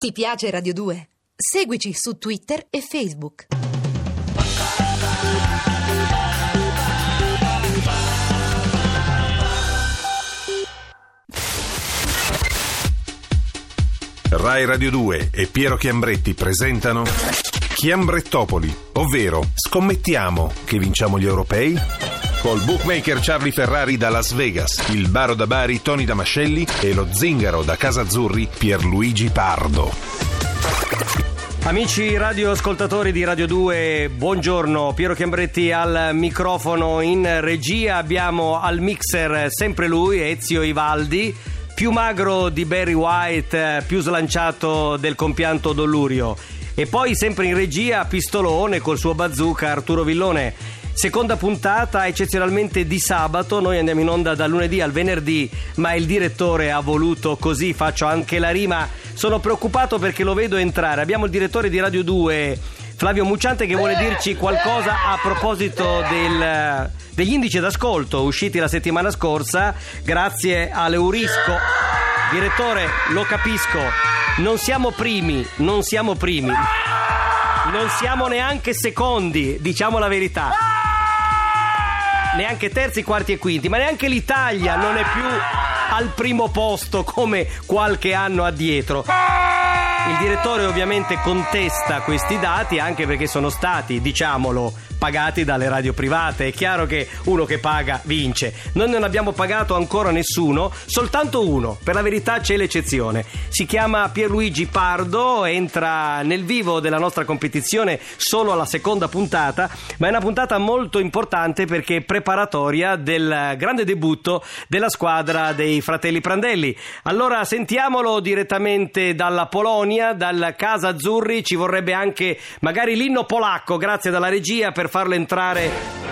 Ti piace Radio 2? Seguici su Twitter e Facebook. Rai Radio 2 e Piero Chiambretti presentano Chiambrettopoli, ovvero scommettiamo che vinciamo gli europei? Col bookmaker Charlie Ferrari da Las Vegas, il baro da Bari Tony Damascelli e lo zingaro da Casa Azzurri Pierluigi Pardo. Amici radioascoltatori di Radio 2, buongiorno. Piero Chiambretti al microfono, in regia abbiamo al mixer sempre lui, Ezio Ivaldi, più magro di Barry White, più slanciato del compianto Dollurio, e poi sempre in regia pistolone col suo bazooka Arturo Villone. Seconda puntata eccezionalmente di sabato, noi andiamo in onda dal lunedì al venerdì, ma il direttore ha voluto così, faccio anche la rima. Sono preoccupato perché lo vedo entrare. Abbiamo il direttore di Radio 2, Flavio Mucciante, che vuole dirci qualcosa a proposito degli indici d'ascolto usciti la settimana scorsa grazie all'Eurisco. Direttore, lo capisco, non siamo primi, non siamo neanche secondi, diciamo la verità, neanche terzi, quarti e quinti, ma neanche l'Italia non è più al primo posto come qualche anno addietro. Il direttore ovviamente contesta questi dati, anche perché sono stati, diciamolo, pagati dalle radio private. È chiaro che uno che paga vince. Noi non abbiamo pagato ancora nessuno, soltanto uno, per la verità c'è l'eccezione. Si chiama Pierluigi Pardo, entra nel vivo della nostra competizione solo alla seconda puntata, ma è una puntata molto importante perché è preparatoria del grande debutto della squadra dei fratelli Prandelli. Allora sentiamolo direttamente dalla Polonia, dal Casa Azzurri. Ci vorrebbe anche magari l'inno polacco, grazie dalla regia, per farlo entrare.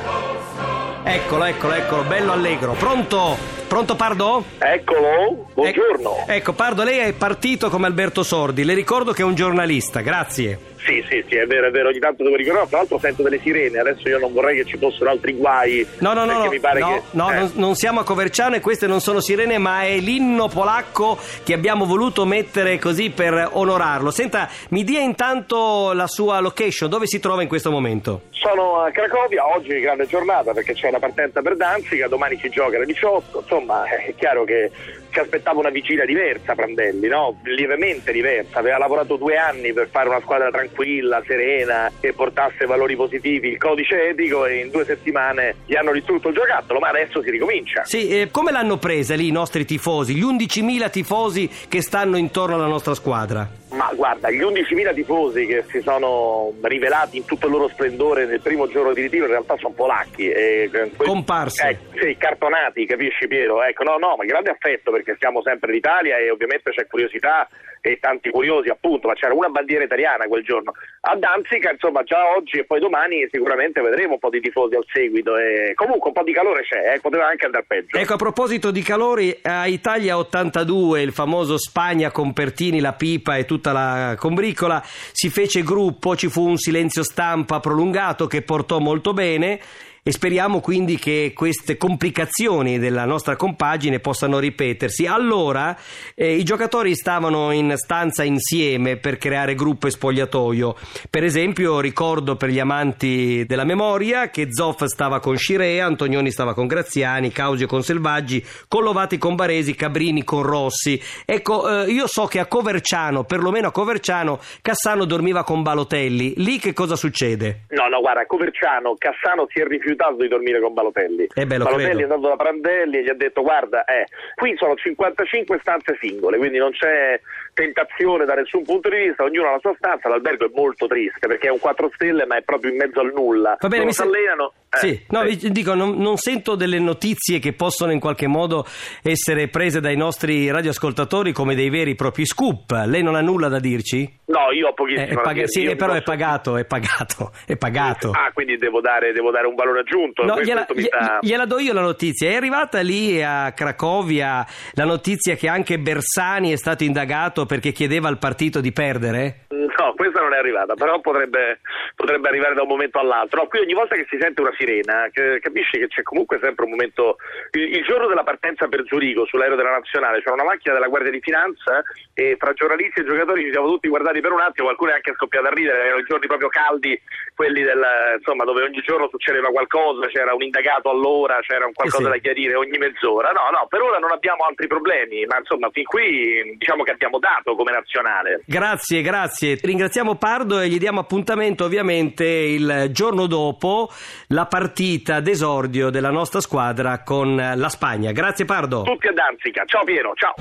Eccolo, bello allegro. Pronto Pardo? Eccolo, buongiorno. Ecco Pardo, lei è partito come Alberto Sordi, le ricordo che è un giornalista, grazie. Sì, è vero, ogni tanto devo ricordare. Tra l'altro sento delle sirene, adesso io non vorrei che ci fossero altri guai. No, mi pare non siamo a Coverciano e queste non sono sirene, ma è l'inno polacco che abbiamo voluto mettere così per onorarlo. Senta, mi dia intanto la sua location, dove si trova in questo momento? Sono a Cracovia, oggi è grande giornata perché c'è una partenza per Danzica, domani si gioca alle 18, insomma è chiaro che ci aspettava una vigilia diversa Prandelli, no? Lievemente diversa, aveva lavorato 2 anni per fare una squadra tranquilla, serena, che portasse valori positivi, il codice etico, e in 2 settimane gli hanno distrutto il giocattolo, ma adesso si ricomincia. Sì, come l'hanno presa lì i nostri tifosi, gli 11.000 tifosi che stanno intorno alla nostra squadra? Ma guarda, gli 11.000 tifosi che si sono rivelati in tutto il loro splendore nel primo giorno di ritiro in realtà sono polacchi. Comparsi. Sì, cartonati, capisci Piero? Ecco, no, ma grande affetto perché siamo sempre l'Italia e ovviamente c'è curiosità e tanti curiosi appunto, ma c'era una bandiera italiana quel giorno. A Danzica, insomma, già oggi e poi domani sicuramente vedremo un po' di tifosi al seguito e comunque un po' di calore c'è, poteva anche andare peggio. Ecco, a proposito di calori, a Italia 82, il famoso Spagna con Pertini, la pipa e tutta la combricola, si fece gruppo, ci fu un silenzio stampa prolungato che portò molto bene. E speriamo quindi che queste complicazioni della nostra compagine possano ripetersi. Allora i giocatori stavano in stanza insieme per creare gruppo e spogliatoio. Per esempio ricordo, per gli amanti della memoria, che Zoff stava con Scirea, Antonioni stava con Graziani, Causio con Selvaggi, Collovati con Baresi, Cabrini con Rossi. Ecco, io so che a Coverciano, perlomeno a Coverciano, Cassano dormiva con Balotelli. Lì che cosa succede? No, guarda, a Coverciano Cassano si è rifiutato di dormire con Balotelli. Balotelli è andato da Prandelli e gli ha detto guarda, qui sono 55 stanze singole, quindi non c'è tentazione da nessun punto di vista, ognuno ha la sua stanza. L'albergo è molto triste perché è un 4 stelle ma è proprio in mezzo al nulla. Va bene, non si allenano. Vi dico, non sento delle notizie che possono in qualche modo essere prese dai nostri radioascoltatori come dei veri e propri scoop. Lei non ha nulla da dirci? No, io ho pochissimo da dirci. Sì, però è pagato. Ah, quindi devo dare un valore aggiunto. No, gliela do io la notizia. È arrivata lì a Cracovia la notizia che anche Bersani è stato indagato perché chiedeva al partito di perdere? No, questa questa non è arrivata, però potrebbe arrivare da un momento all'altro. No, qui ogni volta che si sente una sirena, capisci che c'è comunque sempre un momento. Il giorno della partenza per Zurigo sull'aereo della nazionale c'era una macchina della Guardia di Finanza e fra giornalisti e giocatori ci siamo tutti guardati per un attimo, qualcuno è anche scoppiato a ridere. Erano i giorni proprio caldi, quelli insomma, dove ogni giorno succedeva qualcosa, c'era un indagato all'ora, c'era un qualcosa da chiarire ogni mezz'ora. No, per ora non abbiamo altri problemi, ma insomma fin qui diciamo che abbiamo dato come nazionale. Grazie. Ringraziamo Pardo e gli diamo appuntamento ovviamente il giorno dopo la partita d'esordio della nostra squadra con la Spagna. Grazie Pardo. Tutti a Danzica. Ciao Piero, ciao.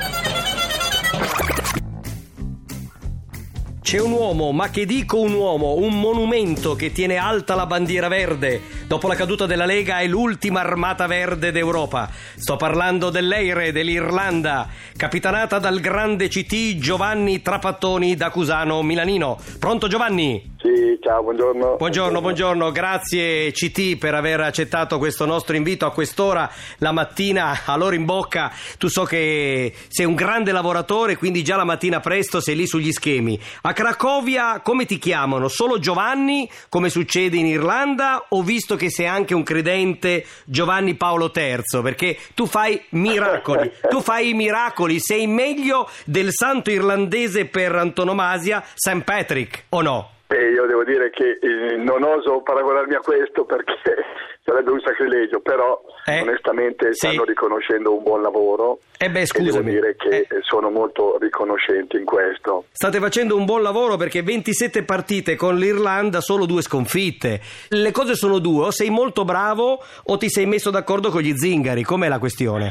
C'è un uomo, ma che dico un uomo, un monumento che tiene alta la bandiera verde. Dopo la caduta della Lega è l'ultima armata verde d'Europa. Sto parlando dell'Eire dell'Irlanda, capitanata dal grande CT Giovanni Trapattoni da Cusano Milanino. Pronto Giovanni? Sì, ciao, buongiorno. Buongiorno, grazie CT per aver accettato questo nostro invito a quest'ora la mattina, all'ora in bocca. Tu so che sei un grande lavoratore, quindi già la mattina presto sei lì sugli schemi. A Cracovia come ti chiamano? Solo Giovanni, come succede in Irlanda, o visto che sei anche un credente Giovanni Paolo III? Perché tu fai miracoli, sei meglio del santo irlandese per antonomasia, St. Patrick, o no? Io devo dire che non oso paragonarmi a questo perché sarebbe un sacrilegio, però onestamente stanno riconoscendo un buon lavoro. Scusami. E devo dire che sono molto riconoscenti in questo. State facendo un buon lavoro perché 27 partite con l'Irlanda, solo 2 sconfitte. Le cose sono due: o sei molto bravo o ti sei messo d'accordo con gli zingari. Com'è la questione?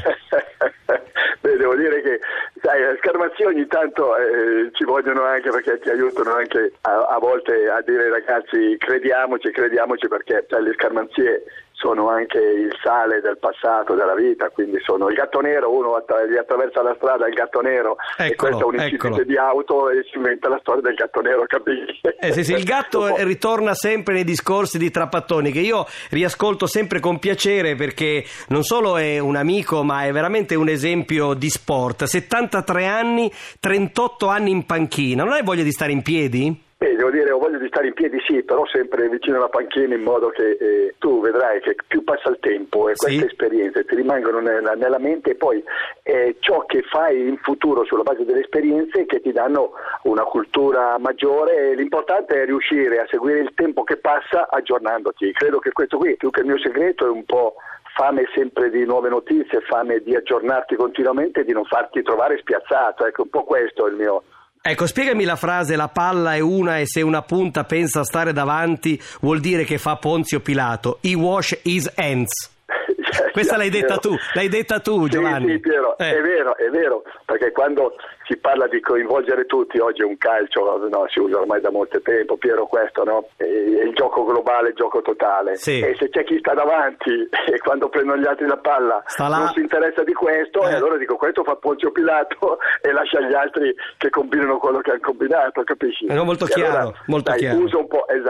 Devo dire che le scarmazie ogni tanto ci vogliono anche perché ti aiutano anche a volte a dire ai ragazzi crediamoci perché le scarmazie sono anche il sale del passato, della vita, quindi sono il gatto nero, uno gli attraversa la strada il gatto nero e questo è un incidente di auto e si inventa la storia del gatto nero, capisci? Sì, il gatto ritorna sempre nei discorsi di Trapattoni, che io riascolto sempre con piacere perché non solo è un amico ma è veramente un esempio di sport. 73 anni, 38 anni in panchina, non hai voglia di stare in piedi? Devo dire, ho voglia di stare in piedi sì, però sempre vicino alla panchina, in modo che tu vedrai che più passa il tempo e queste esperienze ti rimangono nella mente, e poi ciò che fai in futuro sulla base delle esperienze che ti danno una cultura maggiore. L'importante è riuscire a seguire il tempo che passa aggiornandoti. Credo che questo qui, più che il mio segreto, è un po' fame sempre di nuove notizie, fame di aggiornarti continuamente e di non farti trovare spiazzato. Ecco, un po' questo è il mio... Ecco, spiegami la frase: la palla è una e se una punta pensa a stare davanti vuol dire che fa Ponzio Pilato. He wash his hands. Questa l'hai detta tu, Giovanni. Sì, Piero, è vero, perché quando si parla di coinvolgere tutti, oggi è un calcio, si usa ormai da molto tempo, Piero, questo, no? È il gioco globale, il gioco totale. Sì. E se c'è chi sta davanti e quando prendono gli altri la palla non si interessa di questo, e allora dico questo fa Ponzio Pilato e lascia gli altri che combinano quello che hanno combinato, capisci? È molto chiaro, allora, chiaro. Uso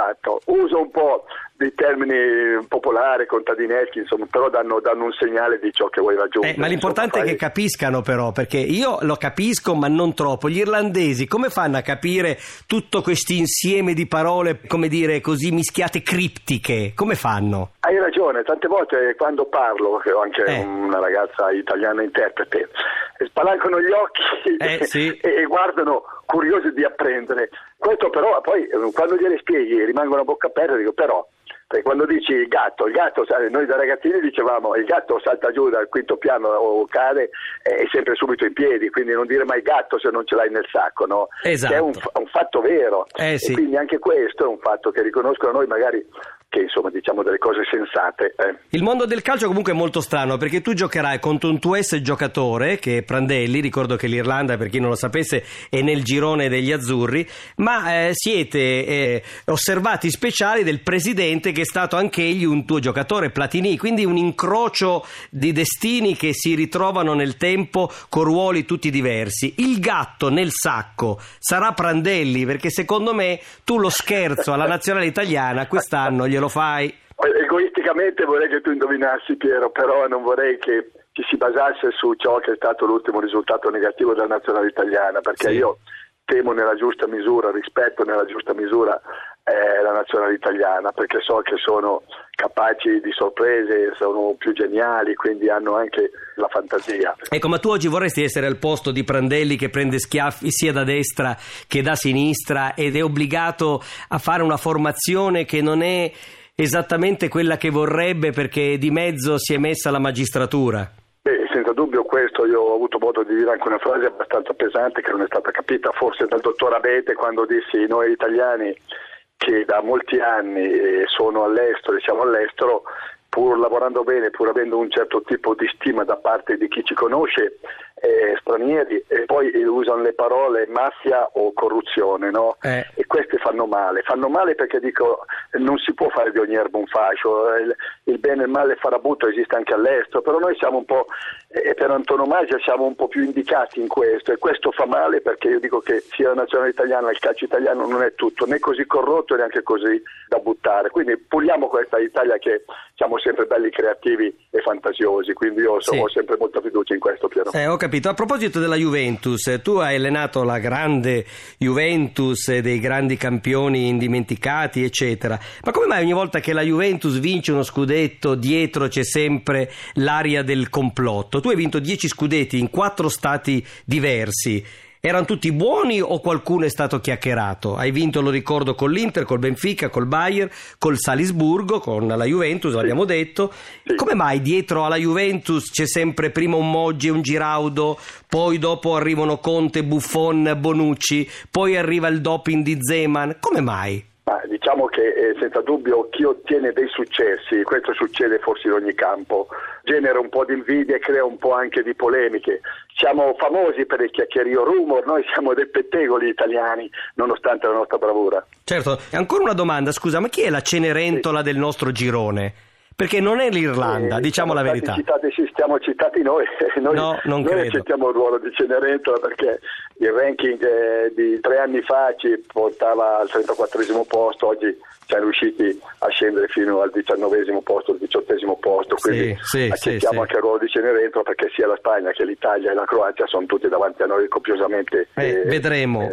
un po' dei termini popolari, contadineschi, insomma, però danno un segnale di ciò che vuoi raggiungere. Ma l'importante è che capiscano, però, perché io lo capisco ma non troppo. Gli irlandesi come fanno a capire tutto questo insieme di parole, come dire, così mischiate, criptiche? Come fanno? Hai ragione, tante volte quando parlo, che ho anche una ragazza italiana interprete, spalancano gli occhi e guardano curiosi di apprendere. Questo però poi quando gliele spieghi rimangono a bocca aperta, dico però, perché quando dici il gatto, noi da ragazzini dicevamo il gatto salta giù dal quinto piano o cade è sempre subito in piedi, quindi non dire mai gatto se non ce l'hai nel sacco, no? Esatto. Che è un fatto vero, e quindi anche questo è un fatto che riconoscono noi, magari che insomma diciamo delle cose sensate. Il mondo del calcio comunque è molto strano, perché tu giocherai contro un tuo ex giocatore che è Prandelli. Ricordo che l'Irlanda, per chi non lo sapesse, è nel girone degli azzurri, ma siete osservati speciali del presidente che è stato anch'egli un tuo giocatore, Platini, quindi un incrocio di destini che si ritrovano nel tempo con ruoli tutti diversi. Il gatto nel sacco sarà Prandelli, perché secondo me tu lo scherzo alla nazionale italiana quest'anno glielo fai. Egoisticamente vorrei che tu indovinassi, Piero, però non vorrei che ci si basasse su ciò che è stato l'ultimo risultato negativo della nazionale italiana, perché io temo nella giusta misura, rispetto nella giusta misura la nazionale italiana, perché so che sono capaci di sorprese, sono più geniali, quindi hanno anche la fantasia. Ecco, ma tu oggi vorresti essere al posto di Prandelli, che prende schiaffi sia da destra che da sinistra ed è obbligato a fare una formazione che non è esattamente quella che vorrebbe, perché di mezzo si è messa la magistratura? Senza dubbio questo. Io ho avuto modo di dire anche una frase abbastanza pesante che non è stata capita forse dal dottor Abete, quando dissi: noi italiani che da molti anni sono all'estero e siamo all'estero, pur lavorando bene, pur avendo un certo tipo di stima da parte di chi ci conosce, stranieri, e poi usano le parole mafia o corruzione, no? E queste fanno male perché dico, non si può fare di ogni erba un fascio, il bene e il male farabutto esiste anche all'estero, però noi siamo un po', per antonomasia siamo un po' più indicati in questo, e questo fa male, perché io dico che sia la nazionale italiana, il calcio italiano non è tutto, né così corrotto e neanche così da buttare, quindi puliamo questa Italia che siamo sempre belli, creativi e fantasiosi, quindi io ho sempre molta fiducia in questo, Piero. Ho capito. A proposito della Juventus, tu hai allenato la grande Juventus, dei grandi campioni indimenticati, eccetera, ma come mai ogni volta che la Juventus vince uno scudetto dietro c'è sempre l'aria del complotto? Tu hai vinto 10 scudetti in 4 stati diversi. Erano tutti buoni o qualcuno è stato chiacchierato? Hai vinto, lo ricordo, con l'Inter, col Benfica, col Bayern, col Salisburgo, con la Juventus, l'abbiamo detto. Come mai dietro alla Juventus c'è sempre prima un Moggi e un Giraudo, poi dopo arrivano Conte, Buffon, Bonucci, poi arriva il doping di Zeman? Come mai? Diciamo che senza dubbio chi ottiene dei successi, questo succede forse in ogni campo, genera un po' di invidia e crea un po' anche di polemiche. Siamo famosi per il chiacchierio rumor, noi siamo dei pettegoli italiani, nonostante la nostra bravura. Certo, ancora una domanda, scusa, ma chi è la Cenerentola del nostro girone? Perché non è l'Irlanda, diciamo la verità. Stiamo citati noi. No, non credo. Noi accettiamo il ruolo di Cenerentola perché il ranking di 3 anni fa ci portava al 34esimo posto, oggi siamo riusciti a scendere fino al 19esimo posto, al 18esimo posto, quindi accettiamo anche il ruolo di Cenerentola, perché sia la Spagna che l'Italia e la Croazia sono tutti davanti a noi copiosamente. Vedremo.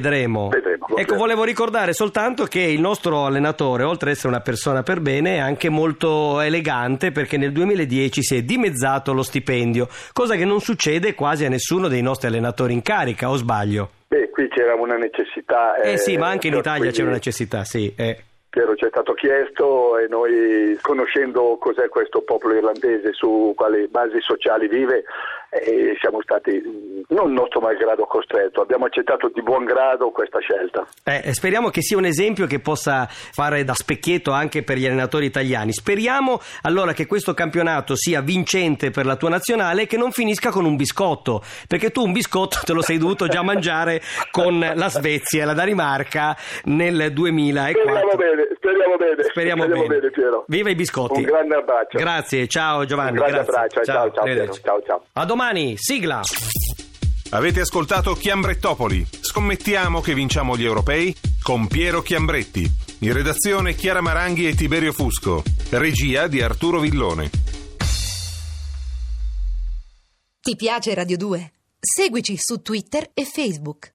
Ecco, volevo ricordare soltanto che il nostro allenatore, oltre ad essere una persona per bene, è anche molto elegante, perché nel 2010 si è dimezzato lo stipendio, cosa che non succede quasi a nessuno dei nostri allenatori in carica, o sbaglio? Qui c'era una necessità. Sì, ma anche in Italia c'è una necessità, sì. Piero, ci è stato chiesto, e noi, conoscendo cos'è questo popolo irlandese, su quali basi sociali vive, siamo stati, non nostro malgrado, costretto, abbiamo accettato di buon grado questa scelta. Speriamo che sia un esempio che possa fare da specchietto anche per gli allenatori italiani. Speriamo allora che questo campionato sia vincente per la tua nazionale e che non finisca con un biscotto, perché tu un biscotto te lo sei dovuto già mangiare con la Svezia e la Danimarca nel 2004. Speriamo bene, Piero. Viva i biscotti. Un grande abbraccio. Grazie, ciao Giovanni. Un grande abbraccio, ciao Piero. Ciao. A domani, sigla. Avete ascoltato Chiambrettopoli. Scommettiamo che vinciamo gli europei? Con Piero Chiambretti. In redazione Chiara Maranghi e Tiberio Fusco. Regia di Arturo Villone. Ti piace Radio 2? Seguici su Twitter e Facebook.